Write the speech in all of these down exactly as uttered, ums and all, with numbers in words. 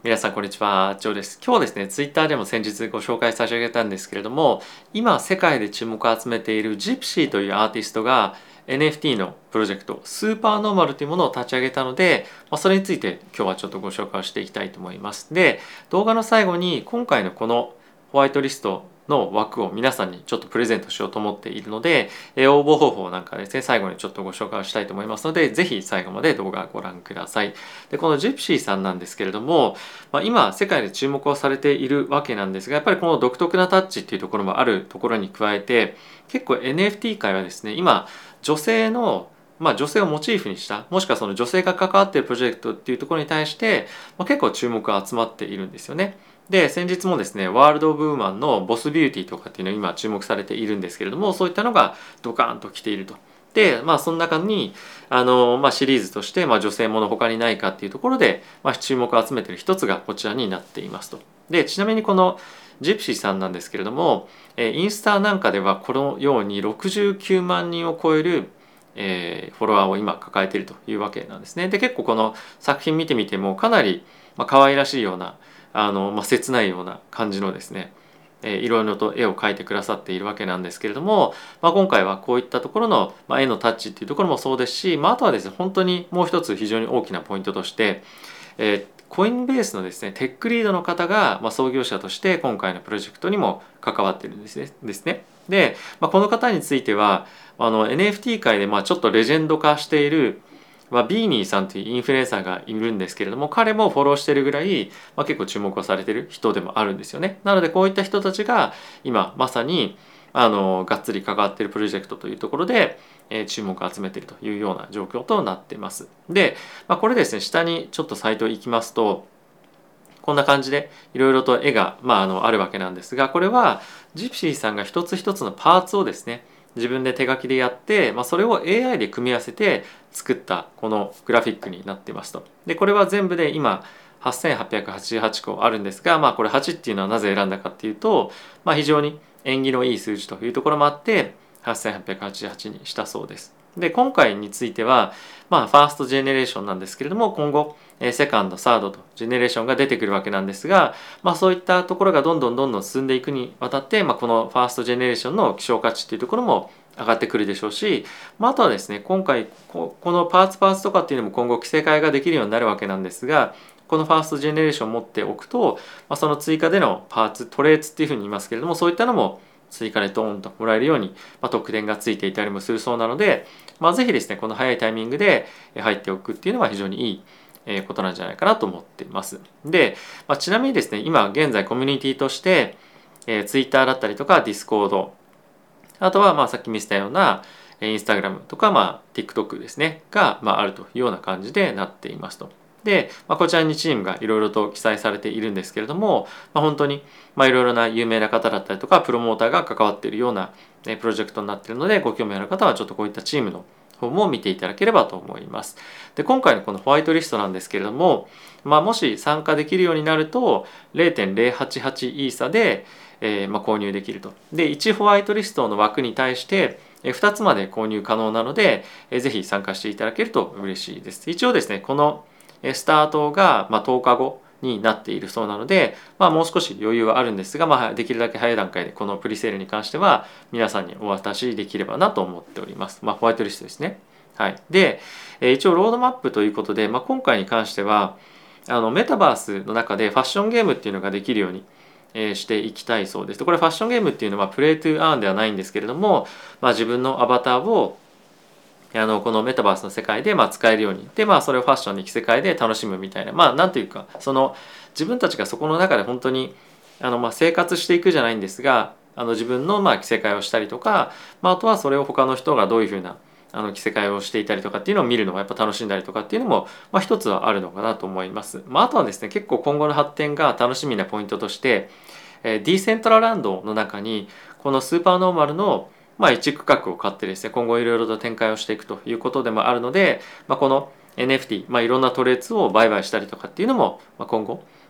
皆さんこんにちは、ジョーです。今日はですね、ツイッターでも先日ご紹介差し上げたんですけれども、今世界で注目を集めているジプシーというアーティストが エヌエフティー のプロジェクトスーパーノーマルというものを立ち上げたので、まあ、それについて今日はちょっとご紹介をしていきたいと思います。で、動画の最後に今回のこのホワイトリストの枠を皆さんにちょっとプレゼントしようと思っているので、応募方法なんかですね、最後にちょっとご紹介をしたいと思いますので、ぜひ最後まで動画をご覧ください。で、このジプシーさんなんですけれども、まあ、今世界で注目をされているわけなんですが、やっぱりこの独特なタッチっていうところもあるところに加えて、結構 エヌエフティー 界はですね、今女性のまあ、女性をモチーフにしたもしくはその女性が関わっているプロジェクトっていうところに対して、まあ、結構注目が集まっているんですよね。で先日もですねワールド・オブ・ウーマンのボスビューティーとかっていうのが今注目されているんですけれども、そういったのがドカーンと来ていると。でまあその中にあの、まあ、シリーズとして、まあ、女性もの他にないかっていうところで、まあ、注目を集めている一つがこちらになっていますと。でちなみにこのジプシーさんなんですけれども、インスタなんかではこのようにろくじゅうきゅうまんにんを超えるえー、フォロワーを今抱えているというわけなんですね。で結構この作品見てみてもかなり、まあ、可愛らしいようなあの、まあ、切ないような感じのですね、えー、いろいろと絵を描いてくださっているわけなんですけれども、まあ、今回はこういったところの、まあ、絵のタッチっていうところもそうですし、まあ、あとはですね本当にもう一つ非常に大きなポイントとして、えー、コインベースのですねテックリードの方が、まあ、創業者として今回のプロジェクトにも関わっているんですね。ですねで、まあ、この方についてはあの エヌエフティー 界でまあちょっとレジェンド化している、まあ、ビーニーさんというインフルエンサーがいるんですけれども、彼もフォローしているぐらい、まあ、結構注目をされている人でもあるんですよね。なのでこういった人たちが今まさにあのがっつり関わっているプロジェクトというところで、えー、注目を集めているというような状況となっています。で、まあ、これですね下にちょっとサイト行きますとこんな感じでいろいろと絵が、まあ、あのあるわけなんですが、これはジプシーさんが一つ一つのパーツをですね自分で手書きでやって、まあ、それを エーアイ で組み合わせて作ったこのグラフィックになっていますと。でこれは全部で今はっせんはっぴゃくはちじゅうはちこあるんですが、まあ、これはちっていうのはなぜ選んだかっていうと、まあ、非常に縁起のいい数字というところもあってはっせんはっぴゃくはちじゅうはちにしたそうです。で今回については、まあ、ファーストジェネレーションなんですけれども、今後セカンドサードとジェネレーションが出てくるわけなんですが、まあ、そういったところがどんどんどんどん進んでいくにわたって、まあ、このファーストジェネレーションの希少価値っていうところも上がってくるでしょうし、まあ、あとはですね今回このパーツパーツとかっていうのも今後着せ替えができるようになるわけなんですが、このファーストジェネレーションを持っておくと、まあ、その追加でのパーツトレーツっていうふうに言いますけれども、そういったのも追加でドーンともらえるように、まあ、特典がついていたりもするそうなので、まあ、ぜひですねこの早いタイミングで入っておくっていうのは非常にいいことなんじゃないかなと思っています。で、まあ、ちなみにですね今現在コミュニティとして、えー、Twitter だったりとか Discord、 あとはまあさっき見せたような Instagram とか、まあ、TikTok ですねが、まあ、あるというような感じでなっていますと。で、まあ、こちらにチームがいろいろと記載されているんですけれども、まあ、本当にいろいろな有名な方だったりとかプロモーターが関わっているようなプロジェクトになっているので、ご興味ある方はちょっとこういったチームの方も見ていただければと思います。で今回のこのホワイトリストなんですけれども、まあ、もし参加できるようになると ゼロてんゼロはちはち イーサで、えーまあ、購入できると。でいちホワイトリストの枠に対してふたつまで購入可能なので、ぜひ参加していただけると嬉しいです。一応ですねこのスタートがまあとおかごになっているそうなので、まあ、もう少し余裕はあるんですが、まあ、できるだけ早い段階でこのプリセールに関しては皆さんにお渡しできればなと思っております。まあ、ホワイトリストですね。はい、で一応ロードマップということで、まあ、今回に関してはあのメタバースの中でファッションゲームっていうのができるようにしていきたいそうです。これファッションゲームっていうのはプレイトゥーアーンではないんですけれども、まあ、自分のアバターをあのこのメタバースの世界でまあ使えるようにで、まあ、それをファッションに着せ替えで楽しむみたいな、まあなんていうかその自分たちがそこの中で本当にあのまあ生活していくじゃないんですが、あの自分のまあ着せ替えをしたりとか、まあ、あとはそれを他の人がどういうふうなあの着せ替えをしていたりとかっていうのを見るのがやっぱ楽しんだりとかっていうのも、まあ、一つはあるのかなと思います。まあ、あとはですね結構今後の発展が楽しみなポイントとして、えー、ディーセントラランドの中にこのスーパーノーマルのまあ、一区画を買ってですね今後いろいろと展開をしていくということでもあるので、まあ、この エヌエフティー、まあ、いろんなトレーツを売買したりとかっていうのも今後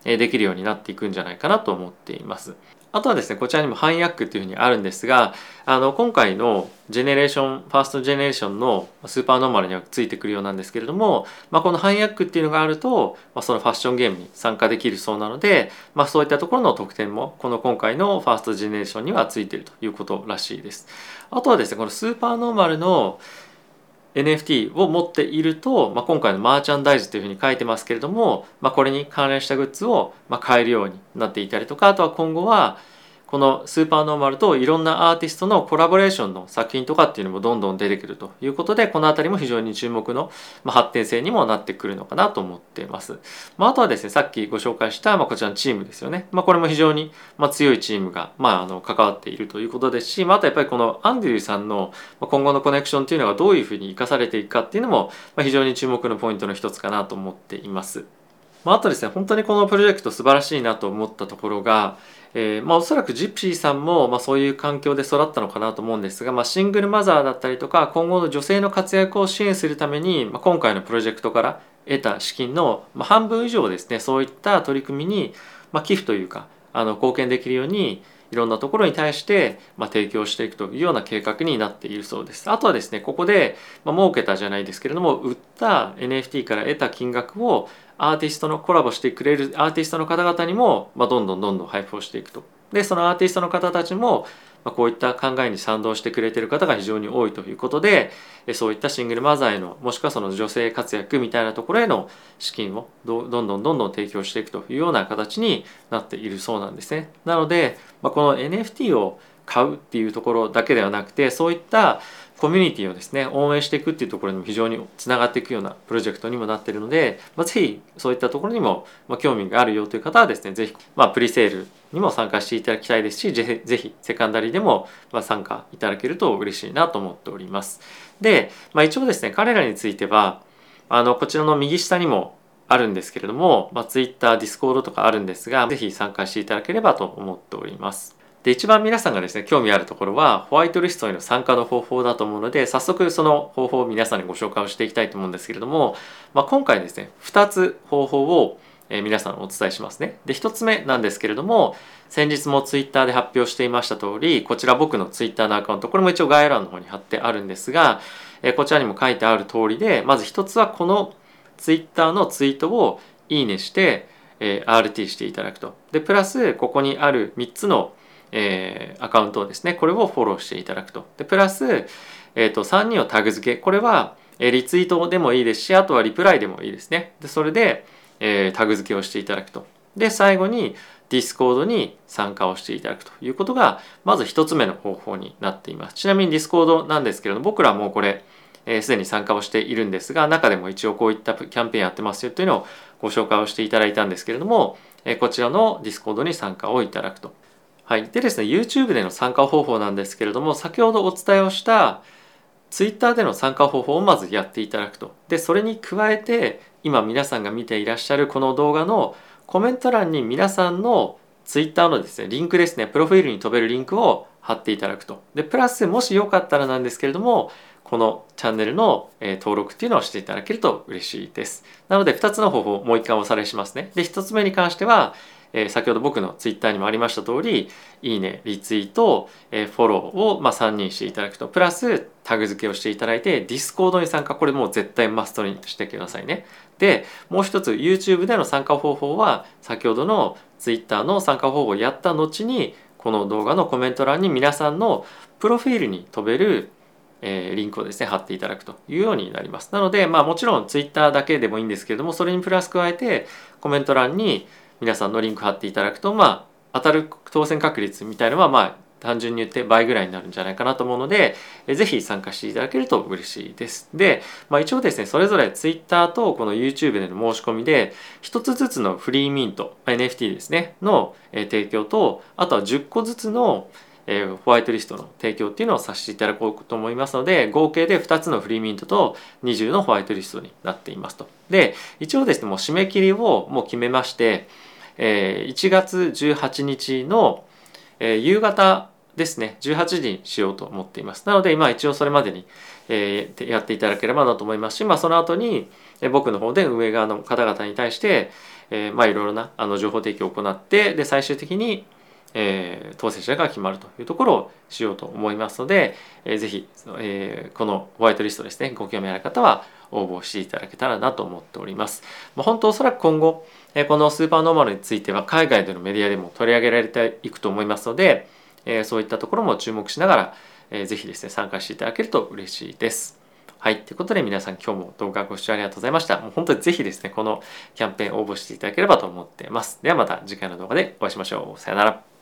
できるようになっていくんじゃないかなと思っています。あとはですね、こちらにもハンヤックというふうにあるんですが、あの今回のジェネレーションファーストジェネレーションのスーパーノーマルにはついてくるようなんですけれども、まあ、このハンヤックっていうのがあると、まあ、そのファッションゲームに参加できるそうなので、まあ、そういったところの特典もこの今回のファーストジェネレーションにはついているということらしいです。あとはですね、このスーパーノーマルのエヌエフティー を持っていると、まあ、今回のマーチャンダイズというふうに書いてますけれども、まあ、これに関連したグッズをまあ買えるようになっていたりとか、あとは今後はこのスーパーノーマルといろんなアーティストのコラボレーションの作品とかっていうのもどんどん出てくるということで、このあたりも非常に注目の発展性にもなってくるのかなと思っています。まあ、あとはですね、さっきご紹介したまあこちらのチームですよね。まあ、これも非常にまあ強いチームがまああの関わっているということですし、まあ、あとやっぱりこのアンドリューさんの今後のコネクションっていうのがどういうふうに生かされていくかっていうのも非常に注目のポイントの一つかなと思っています。まあ、あとですね、本当にこのプロジェクト素晴らしいなと思ったところが、えーまあ、おそらくジプシーさんも、まあ、そういう環境で育ったのかなと思うんですが、まあ、シングルマザーだったりとか今後の女性の活躍を支援するために、まあ、今回のプロジェクトから得た資金の、まあ、半分以上ですね、そういった取り組みに、まあ、寄付というかあの貢献できるようにいろんなところに対して、まあ、提供していくというような計画になっているそうです。あとはですね、ここで、まあ、儲けたじゃないですけれども、売った エヌエフティー から得た金額をアーティストのコラボしてくれるアーティストの方々にも、まあ、どんどんどんどん配布をしていくと。でそのアーティストの方たちも、まあ、こういった考えに賛同してくれている方が非常に多いということで、そういったシングルマザーへのもしくはその女性活躍みたいなところへの資金をどんどんどんどん提供していくというような形になっているそうなんですね。なので、まあ、この エヌエフティー を買うっていうところだけではなくて、そういったコミュニティをですね応援していくっていうところにも非常につながっていくようなプロジェクトにもなっているので、まあ、ぜひそういったところにも興味があるよという方はですね、ぜひ、まあ、プリセールにも参加していただきたいですし、ぜひセカンダリーでも参加いただけると嬉しいなと思っております。で、まあ、一応ですね、彼らについてはあのこちらの右下にもあるんですけれども、まあ、Twitter、Discord とかあるんですが、ぜひ参加していただければと思っております。で一番皆さんがですね興味あるところはホワイトリストへの参加の方法だと思うので、早速その方法を皆さんにご紹介をしていきたいと思うんですけれども、まあ、今回ですねふたつ方法を皆さんお伝えしますね。でひとつめなんですけれども、先日もツイッターで発表していました通り、こちら僕のツイッターのアカウント、これも一応概要欄の方に貼ってあるんですが、こちらにも書いてある通りで、まずひとつはこのツイッターのツイートをいいねしてアールティー していただくと。でプラスここにあるみっつのえー、アカウントをですね、これをフォローしていただくと。でプラス、えー、とさんにんをタグ付け、これはリツイートでもいいですし、あとはリプライでもいいですね。でそれで、えー、タグ付けをしていただくと。で最後に Discord に参加をしていただくということがまずひとつめの方法になっています。ちなみに Discord なんですけれども、僕らもこれすで、えー、に参加をしているんですが、中でも一応こういったキャンペーンやってますよというのをご紹介をしていただいたんですけれども、えー、こちらの Discord に参加をいただくと。はい、でですね YouTube での参加方法なんですけれども、先ほどお伝えをした Twitter での参加方法をまずやっていただくと。でそれに加えて今皆さんが見ていらっしゃるこの動画のコメント欄に皆さんの Twitter のですねリンクですね、プロフィールに飛べるリンクを貼っていただくと。でプラスもしよかったらなんですけれども、このチャンネルの登録っていうのをしていただけると嬉しいです。なのでふたつの方法をもう一回おさらいしますね。でひとつめに関しては、えー、先ほど僕のツイッターにもありました通り、いいね、リツイート、えー、フォローを、まあ、さんにんしていただくと。プラスタグ付けをしていただいて、Discord に参加、これもう絶対マストにしてくださいね。でもう一つ YouTube での参加方法は、先ほどの Twitter の参加方法をやった後に、この動画のコメント欄に皆さんのプロフィールに飛べるえー、リンクをですね貼っていただくというようになります。なので、まあ、もちろん Twitter だけでもいいんですけれども、それにプラス加えてコメント欄に皆さんのリンク貼っていただくと、まあ、当たる当選確率みたいなのはまあ単純に言って倍ぐらいになるんじゃないかなと思うので、ぜひ参加していただけると嬉しいです。で、まあ、一応ですねそれぞれ Twitter とこの YouTube での申し込みでひとつずつのフリーミント エヌエフティー ですねの提供と、あとはじゅっこずつのえー、ホワイトリストの提供っていうのをさせていただこうと思いますので、合計でふたつのフリーミントとにじゅうのホワイトリストになっていますと。で一応ですねもう締め切りをもう決めまして、えー、いちがつじゅうはちにちの、えー、夕方ですねじゅうはちじにしようと思っています。なので今一応それまでに、えー、やっていただければなと思いますし、まあ、その後に僕の方で運営側の方々に対してえー、まあいろいろなあの情報提供を行って、で最終的にえー、当選者が決まるというところをしようと思いますので、えー、ぜひ、えー、このホワイトリストですね、ご興味ある方は応募していただけたらなと思っております。まあ、本当おそらく今後、えー、このスーパーノーマルについては海外でのメディアでも取り上げられていくと思いますので、えー、そういったところも注目しながら、えー、ぜひですね参加していただけると嬉しいです。はい。ということで皆さん今日も動画ご視聴ありがとうございました。もう本当にぜひですね、このキャンペーン応募していただければと思っています。ではまた次回の動画でお会いしましょう。さよなら。